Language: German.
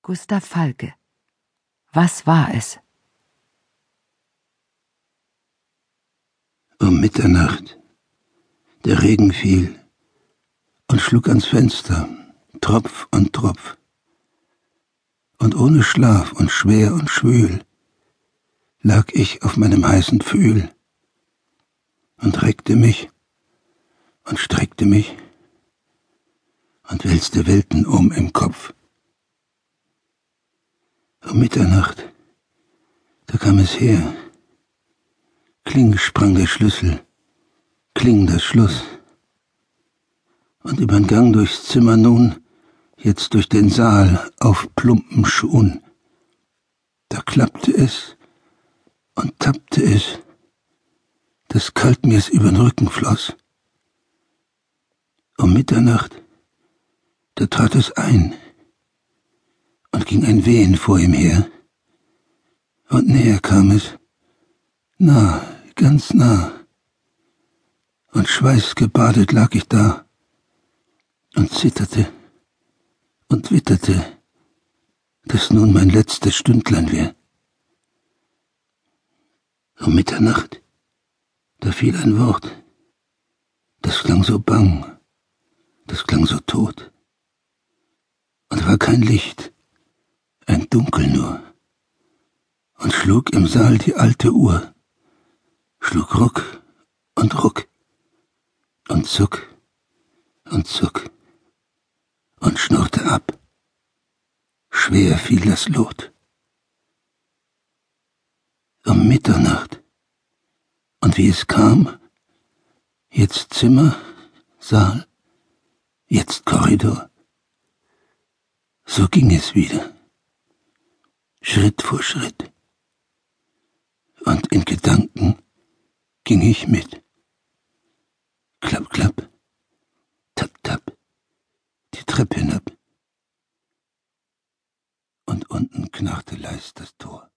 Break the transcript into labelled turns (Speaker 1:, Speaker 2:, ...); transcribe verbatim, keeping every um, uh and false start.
Speaker 1: Gustav Falke. Was war es?
Speaker 2: Um Mitternacht. Der Regen fiel und schlug ans Fenster, Tropf und Tropf. Und ohne Schlaf und schwer und schwül lag ich auf meinem heißen Pfühl und reckte mich und streckte mich und wälzte Welten um im Kopf. Um Mitternacht, da kam es her. Kling sprang der Schlüssel, kling das Schluss. Und übern Gang durchs Zimmer nun, jetzt durch den Saal auf plumpen Schuhen. Da klappte es und tappte es, dass kalt mir's übern Rücken floss. Um Mitternacht, da trat es ein und ging ein Wehen vor ihm her. Und näher kam es, nah, ganz nah. Und schweißgebadet lag ich da und zitterte und witterte, dass nun mein letztes Stündlein wär. Um Mitternacht, da fiel ein Wort, das klang so bang, das klang so tot, und war kein Licht, ein Dunkel nur, und schlug im Saal die alte Uhr, schlug Ruck und Ruck und Zuck und Zuck und schnurrte ab. Schwer fiel das Lot. Um Mitternacht. Und wie es kam, jetzt Zimmer, Saal, jetzt Korridor. So ging es wieder, Schritt vor Schritt. Und in Gedanken ging ich mit. Klapp, klapp, tap, tap, die Treppe hinab. Und unten knarrte leis das Tor.